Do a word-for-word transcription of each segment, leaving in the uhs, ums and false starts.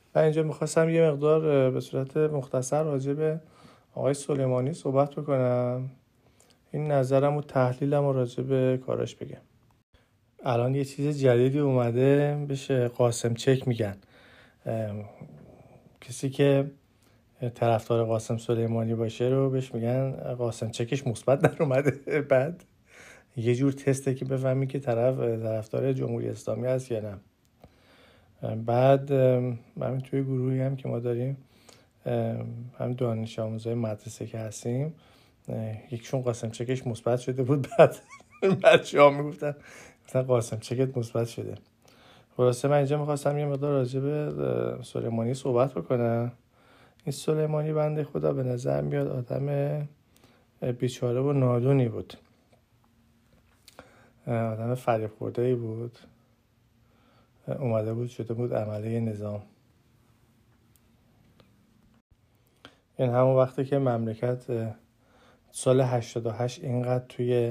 من اینجا میخواستم یه مقدار به صورت مختصر راجع به آقای سلیمانی صحبت بکنم. این نظرم و تحلیلم و راجع به کاراش بگم. الان یه چیز جدیدی اومده بشه قاسم چک میگن. کسی که طرفدار قاسم سلیمانی باشه رو بهش میگن قاسم چکش مثبت در اومده. بعد یه جور تسته که بفهمی که طرف طرفدار جمهوری اسلامی هست یا نه. بعد همین توی گروهی هم که ما داریم، هم دانش آموزای مدرسه که هستیم، یکیشون قاسم چکش مثبت شده بود. بعد بچه‌ها میگفتن مثلا قاسم چکت مثبت شده. خلاصه من اینجا میخواستم یه مقدار راجع به سلیمانی صحبت بکنم. این سلیمانی بنده خدا به نظر میاد آدم بیچاره و نادونی بود، آدم فریب خورده‌ای بود. اومده بود شده بود عمله نظام. این همون وقتی که مملکت سال هشتاد و هشت اینقدر توی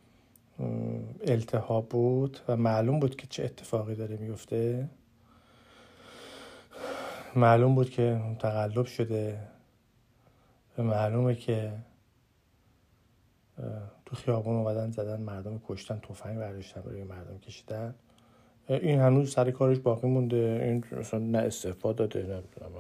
التهاب بود و معلوم بود که چه اتفاقی داره میفته، معلوم بود که تقلب شده، معلومه که تو خیابون اومدن زدن، مردم کشتن، تفنگ برداشتن برای مردم کشیدن. این هنوز سر کارش باقی مونده. این مثلا نه استعفا داده، نه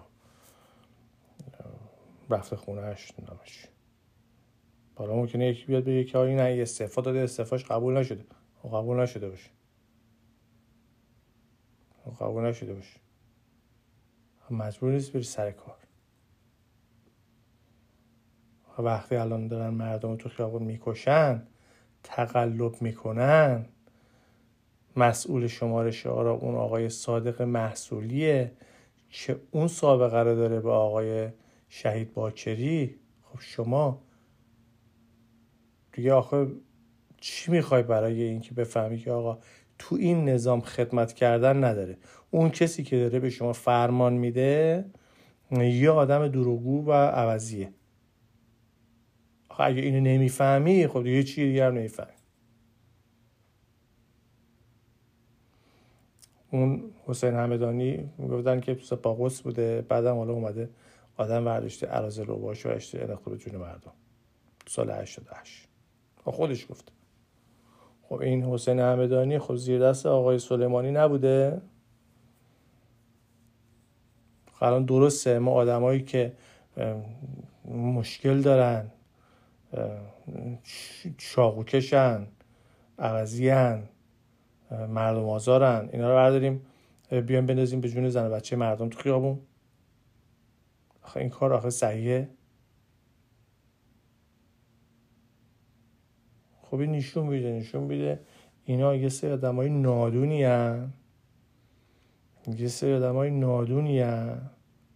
رفته خونهش، نمش. حالا ممکنه یکی بیاد بگه که این نه استعفا داده، استعفاش قبول نشده. قبول نشده باشه، قبول نشده باشه، مجبور نیست بری سر کار. وقتی الان دارن مردم تو خیابون میکشن، تقلب میکنن، مسئول شمارش آرا اون آقای صادق محصولیه که اون سابقه رو داره به آقای شهید باکری. خب شما دیگه آخه چی میخوای برای این که بفهمی که آقا تو این نظام خدمت کردن نداره؟ اون کسی که داره به شما فرمان میده یه آدم دروغگو و عوضیه. آخه اگه اینو نمیفهمی خب دیگه چی دیگه هم نمیفهمی. اون حسین همدانی میگفتن که تو سپاهقدس بوده، بعدم حالا اومده آدم برداشته اراذل رو باشه و اشته انداخته به جون مردم تو سال هشتاد و هشت. خودش گفته. خب این حسین همدانی خب زیر دست آقای سلیمانی نبوده؟ الان درسته ما آدمایی که مشکل دارن، چاقوکشن، عوضیان، مردم آزارن، اینا رو برداریم بیان بندازیم به جون زن و بچه مردم تو خیابون؟ آخه این کار آخه صحیحه؟ خب این نشون میده نشون میده اینا یه سری آدمای نادونی هن یه سری آدمای نادونی هن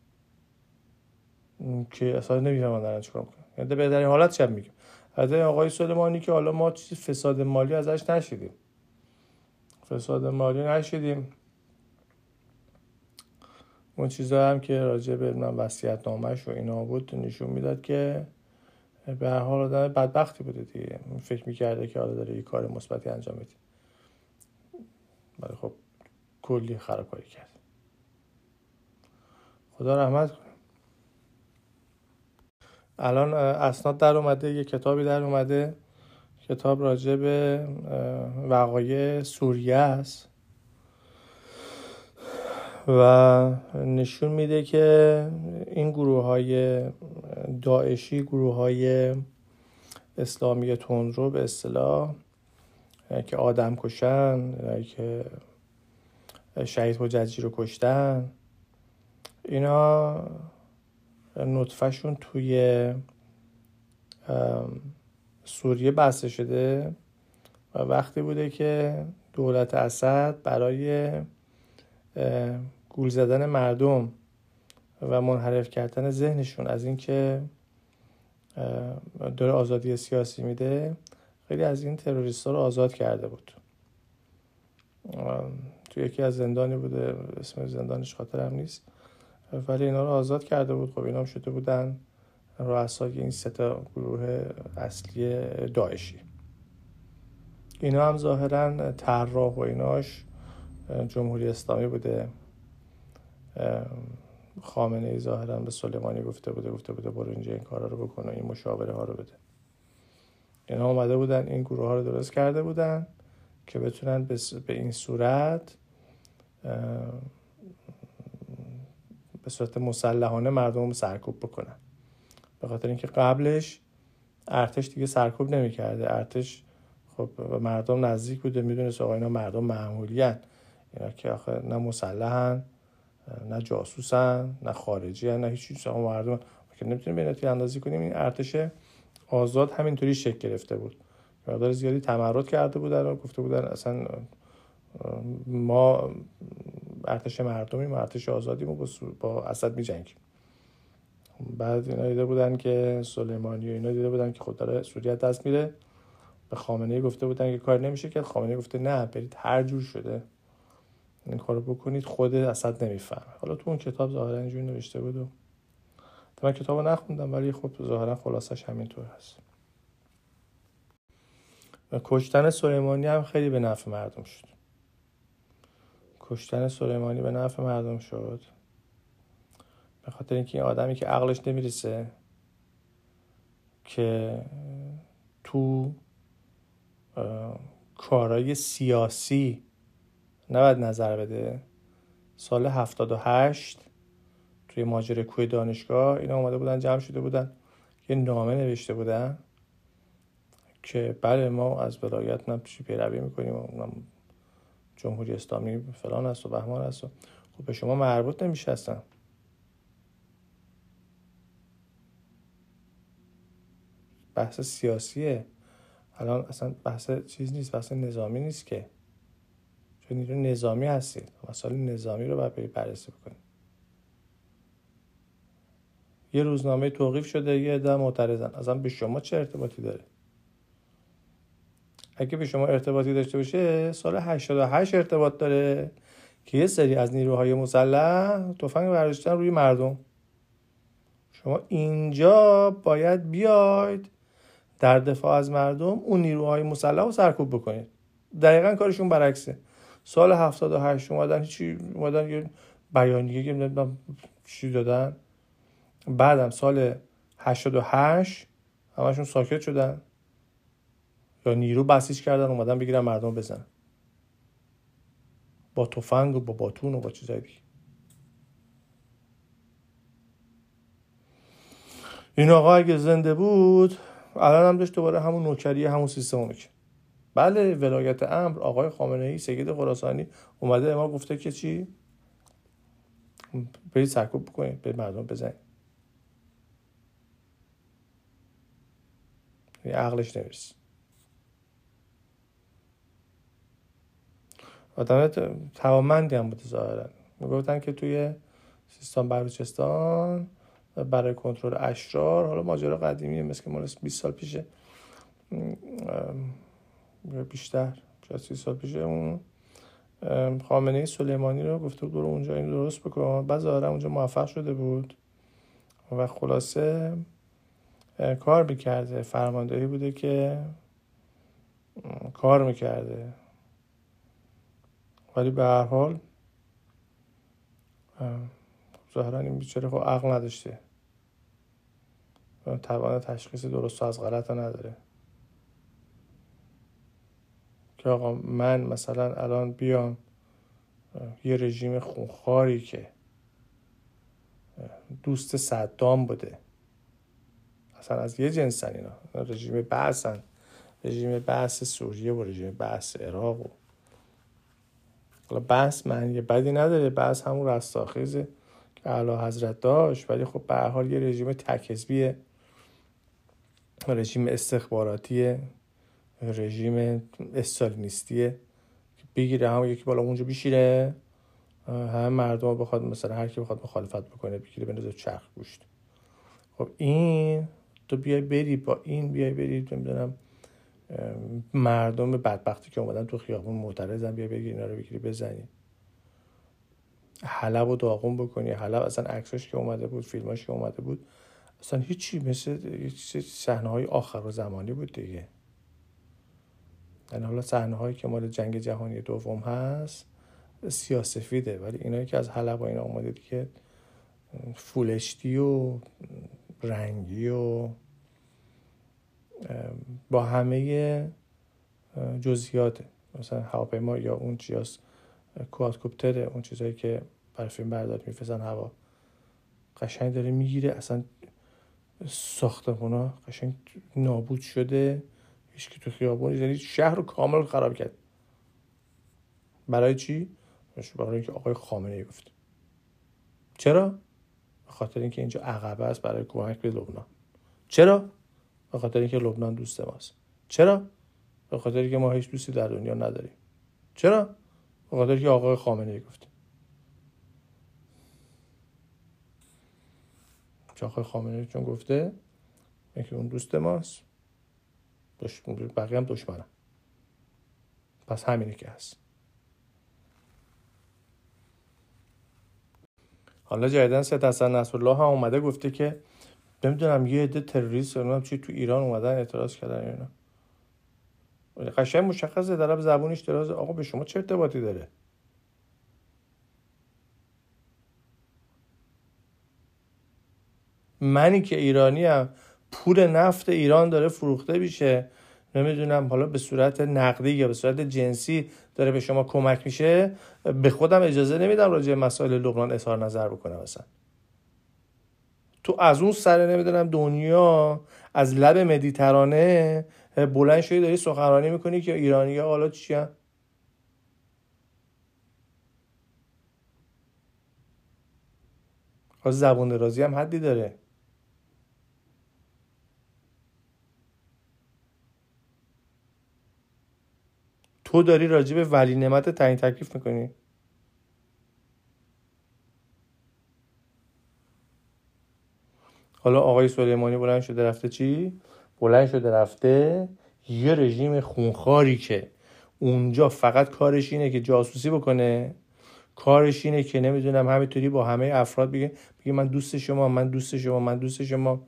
که اصلا نمیفهمن دارن چیکار میکنن. یعنی به در این حالت چه میگیم از آقای سلیمانی که حالا ما چیز فساد مالی ازش نشیدیم، فساد مالی نشیدیم، اون چیزا هم که راجع به من وصیت‌نامه‌اش و اینا بود نشون میداد که به هر حال آدم بدبختی بوده دیگه. فکر میکرده که حالا داره یه کار مثبتی انجام میده، ولی خب کلی خرابکاری کرد. خدا رحمت کنه. الان اسناد در اومده، یه کتابی در اومده، کتاب راجع به وقایع سوریه است و نشون میده که این گروه های داعشی، گروه های اسلامی تندرو به اصطلاح که آدم کشن، که شهید حججی رو کشتن، اینا نطفهشون توی سوریه بسته شده و وقتی بوده که دولت اسد برای گول زدن مردم و منحرف کردن ذهنشون از این که داره آزادی سیاسی میده، خیلی از این تروریست‌ها رو آزاد کرده بود. تو یکی از زندانی بوده، اسم زندانش خاطرم نیست، ولی اینا رو آزاد کرده بود. خب اینا هم شده بودن رؤسای این سه تا گروه اصلی داعشی. اینا هم ظاهراً طراح و ایناش جمهوری اسلامی بوده خامنه ای ظاهرا به سلیمانی گفته بوده گفته بوده برو اینجا این کارا رو بکن و این مشاوره ها رو بده. اینا اومده بودن این گروه ها رو درست کرده بودن که بتونن به این صورت به صورت مسلحانه مردم رو سرکوب بکنن. به خاطر اینکه قبلش ارتش دیگه سرکوب نمی‌کرده. ارتش خب به مردم نزدیک بوده، میدونست آقا اینا مردم معمولی هن. اینا که آخه نه مسلحن، نه جاسوسن، نه خارجی هن، نه هیچ چیز. آقا مردم که نمیتونیم به اینا تیراندازی کنیم. این ارتش آزاد همینطوری شکل گرفته بود. مقدار زیادی تمرد کرده بودن و گفته بودن اصلا ما ارتش مردمیم، ارتش آزادیم و با اسد می‌جنگیم. بعد اینا دیده بودن که سلیمانی و اینا دیده بودن که خود داره سوریه دست میره، به خامنه‌ای گفته بودن که کار نمیشه که. خامنه‌ای گفته نه برید هر جور شده این کارو بکنید، خود اسد نمیفهمه. حالا تو اون کتاب ظاهرا اینجوری نوشته بود و من کتابو نخوندم ولی خب ظاهرا خلاصش همینطور هست. و کشتن سلیمانی هم خیلی به نفع مردم شد. کشتن سلیمانی به نفع مردم شد به خاطر اینکه این آدمی که عقلش نمیرسه که تو کارهای سیاسی نباید نظر بده. سال هفتاد و هشت توی ماجرای کوه دانشگاه اینا اومده بودن جمع شده بودن یه نامه نوشته بودن که بله ما از ولایت نمیشه پیروی میکنیم و اونم جمهوری اسلامی فلان است و بهمان است و خب به شما مربوط نمیشه اصلا. بحث سیاسیه الان، اصلا بحث چیز نیست، بحث نظامی نیست که. چون نیرو نظامی هستید، مسائل نظامی رو باید بررسی بکنید. یه روزنامه توقیف شده، یه عده معترضن، اصلا به شما چه ارتباطی داره؟ اگه به شما ارتباطی داشته باشه سال هشتاد و هشت ارتباط داره که یه سری از نیروهای مسلح تفنگ برداشتن روی مردم. شما اینجا باید بیاید در دفاع از مردم اون نیروهای مسلح رو سرکوب بکنید. دقیقاً کارشون برعکسه. سال هفتاد و هشت اومدن چی اومدن یه بیانیه که نمیدونم چی دادن، بعدم سال هشتاد و هشت همشون ساکت شدن یا نیرو بسیج کردن اومدن بگیرن مردم بزنن با تفنگ و با باتون و با چیزای دیگه. این آقا اگه زنده بود الان هم داشت دوباره همون نوکری همون سیستم میکنه. بله ولایت امر آقای خامنه ای سید خراسانی اومده ما گفته که چی؟ برید سرکوب بکنید، برید مردم بزنید. این عقلش نمیرسه. آدم توانمندی هم بوده ظاهرا. میگفتن که توی سیستان بلوچستان برای کنترل اشرار، حالا ماجرا قدیمیه مثل که مال بیست سال پیشه بیشتر شاید سی سال پیشه، اون خامنه ای سلیمانی رو گفته بود برو اونجا اینو درست بکن. بعد ظاهرا اونجا موفق شده بود و خلاصه کار میکرده، فرماندهی بوده که کار میکرده، ولی به هر حال ظاهرا این بیچاره خب عقل نداشته، توان تشخیص درست و از غلط نداره که آقا من مثلا الان بیام یه رژیم خونخواری که دوست صدام بوده، اصلا از یه جنسن اینا، رژیم بعثن، رژیم بعث سوریه و رژیم بعث عراق و حالا بعث معنی بدی نداره، بعث همون رستاخیزه که اعلی حضرت داشت، ولی خب به هر حال یه رژیم تک حزبیه، رژیم استخباراتیه، رژیم استالینیستیه که بگیره هم یکی بالا اونجا بشیره همه مردم بخواد مثلا هر کی بخواد مخالفت بکنه بگیره بندازه چرخ گوشت. خب این تو بیای بری با این بیای بری نمیدونم مردم بدبختی که اومدن تو خیابون معترضن بیای بگیری اینا رو بگیری بزنی، حلب رو داغون بکنی. حلب اصلا عکساش که اومده بود، فیلماش که اومده بود، اصلا هیچی مثل صحنه‌های آخر زمانی بود دیگه. یعنی حالا صحنه‌هایی که مال جنگ جهانی دوم هست سیاه‌سفیده، ولی اینایی که از حلب و اینا اومده دیگه فولشتی و رنگی و با همه جزئیات، مثلا هواپیما یا اون چیز کوادکوپتر، اون چیزایی که برای فیلم برداری میفرستن هوا، قشنگ داره میگیره. اصلا ساختمونا قشنگ نابود شده، هیچ کی تو خیابون، یعنی شهر رو کامل خراب کرد. برای چی؟ برای اینکه آقای خامنه‌ای گفت. چرا؟ به خاطر اینکه اینجا عقبه است برای کمک به لبنان. چرا؟ به خاطر اینکه لبنان دوست ماست. چرا؟ به خاطر اینکه ما هیچ دوستی در دنیا نداریم. چرا؟ به خاطر اینکه آقای خامنه‌ای گفت. چون آقای خامنه‌ای چون گفته اینکه اون دوست ماست، بقیه هم دشمنن. پس همینه که هست. حالا جدیدن سید حسن نصرالله هم اومده گفته که نمیدونم یه عده تروریست نمیدونم چی تو ایران اومدن اعتراض کردن اینا. قشنگ مشخصه طرف زبونش درازه. آقا به شما چه ارتباطی داره؟ منی که ایرانی ام، پول نفت ایران داره فروخته میشه، نمیدونم حالا به صورت نقدی یا به صورت جنسی داره به شما کمک میشه، به خودم اجازه نمیدم راجع به مسائل لبنان اظهار نظر بکنم. مثلا تو از اون سر نمیدونم دنیا، از لب مدیترانه بلند شدی داری سخنرانی میکنی که ایرانی‌ها حالا چی ان؟ از زبون درازی هم حدی داره. تو داری راجع به ولی نعمت تعیین تکلیف میکنی. حالا آقای سلیمانی بلند شده رفته چی؟ بلند شده رفته یه رژیم خونخواری که اونجا فقط کارش اینه که جاسوسی بکنه، کارش اینه که نمیدونم همینطوری با همه افراد بگه بگه من دوست شما، من دوست شما، من دوست شما.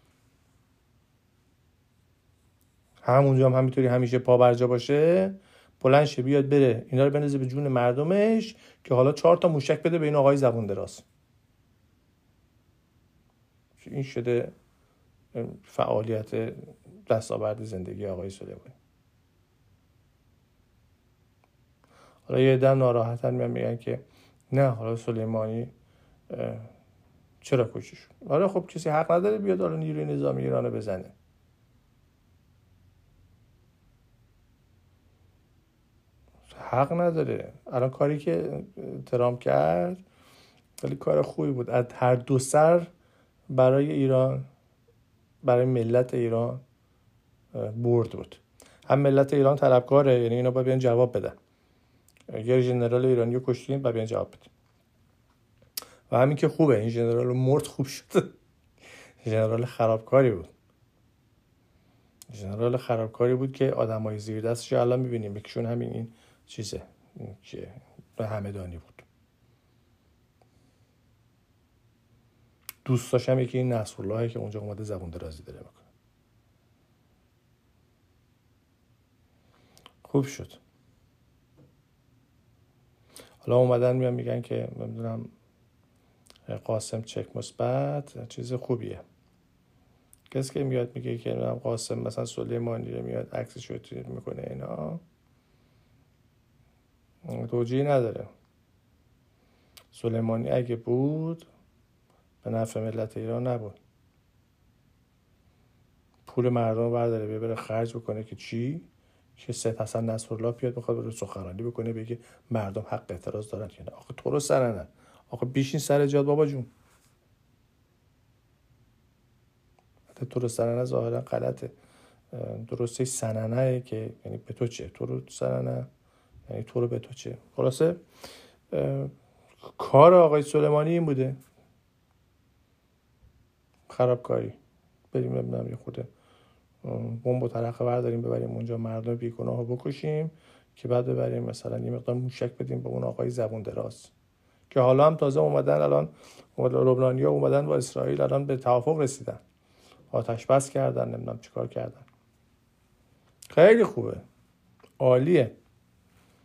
همونجا هم همینطوری همیشه پا برجا باشه، بلند شه بیاد بره اینا رو بندازه به جون مردمش که حالا چهار تا موشک بده به این آقای زبون دراز. این شده فعالیت دستاورد زندگی آقای سلیمانی. حالا یه عده ناراحتن میان میگن که نه حالا سلیمانی چرا کشته شد. آره خب کسی حق نداره بیاد حالا نیروی نظامی ایرانو بزنه. حق نداره. الان کاری که ترامپ کرد خیلی کار خوبی بود، از هر دو سر برای ایران، برای ملت ایران برد بود. هم ملت ایران طلبکاره، یعنی اینا باید بیان جواب بدن. یه ژنرال ایرانی رو کشتین باید بیان جواب بدن. و همین که خوبه، این ژنرال مرد خوب شد. ژنرال خرابکاری بود. ژنرال خرابکاری بود که آدمای زیر دستش الان می‌بینیم یکیشون همین این چیزه که به همدانی بود. دوست داشتم یکی این نصراللهی که اونجا اومده زبون درازی داره میکنه. خوب شد. حالا اومدن میان میگن که نمیدونم قاسم چک مثبت چیز خوبیه. کسی که میاد میگه که قاسم مثلا سلیمانی رو میاد عکسش رو توییت میکنه اینا، توجیهی نداره. سلیمانی اگه بود به نفع ملت ایران نبود. پول مردم برداره ببره خرج بکنه که چی؟ که سید حسن نصرالله بیاد بخواد بره سخنرانی بکنه بگه مردم حق اعتراض دارن. یعنی آخه تو رو سرنه، آخه بیشین سر جاد بابا جون. حتی تو رو سرنه ظاهرا غلطه، درسته سننه که یعنی به تو چه، تو رو سرنه یعنی تو رو به تو چه. خلاصه کار آقای سلیمانی این بوده، خرابکاری. بریم نمیدونم یه خود بمب و ترقه برداریم ببریم اونجا مردم بیگناه رو بکشیم که بعد ببریم مثلا یه مقدار موشک بدیم به اون آقای زبون دراز که حالا هم تازه اومدن، الان لبنانی‌ها اومدن با اسرائیل الان به توافق رسیدن، آتش بس کردن، نمیدونم چیکار کردن. خیلی خوبه، عالیه.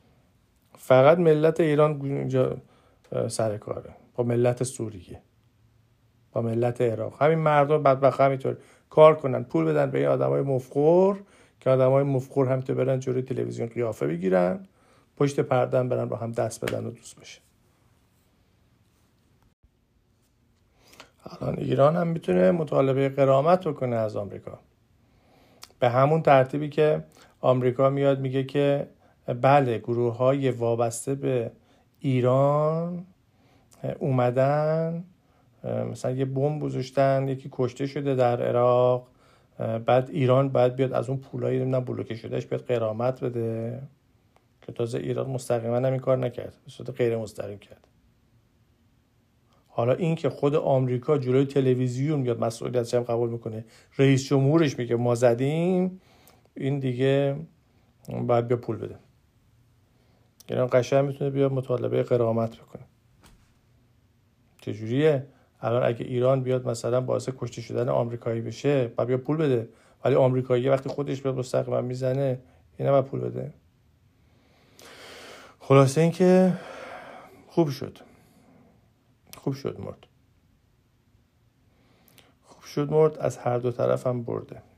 فقط ملت ایران اینجا سر کاره با ملت سوریه. با ملت عراق. همین مردم بدبخت همینطور کار کنن، پول بدن به این آدمای مفخور که آدمای مفخور هم تو برن جلوی تلویزیون قیافه بگیرن، پشت پرده برن با هم دست بدن و دوست بشن. الان ایران هم میتونه مطالبه غرامت بکنه از آمریکا، به همون ترتیبی که آمریکا میاد میگه که بله گروه‌های وابسته به ایران اومدن مثلا یه بمب گذاشتن، یکی کشته شده در عراق، بعد ایران باید بیاد از اون پولایی نمیدونم بلوکه شدهش بیاد غرامت بده، که تازه ایران مستقیما همین کار نکرد، به صورت غیر مستقیم کرد. حالا این که خود آمریکا جلوی تلویزیون میاد مسئولیتش هم قبول میکنه، رئیس جمهورش میگه ما زدیم، این دیگه باید بیا پول بده. ایران قشنگ میتونه بیا مطالبه غرامت بکنه. چجوریه؟ الان اگه ایران بیاد مثلا باعث کشته شدن آمریکایی بشه باید بیا پول بده، ولی آمریکایی وقتی خودش بیاد مستقیما میزنه اینا باید پول بده. خلاصه این که خوب شد خوب شد مرد خوب شد مرد از هر دو طرف هم برده.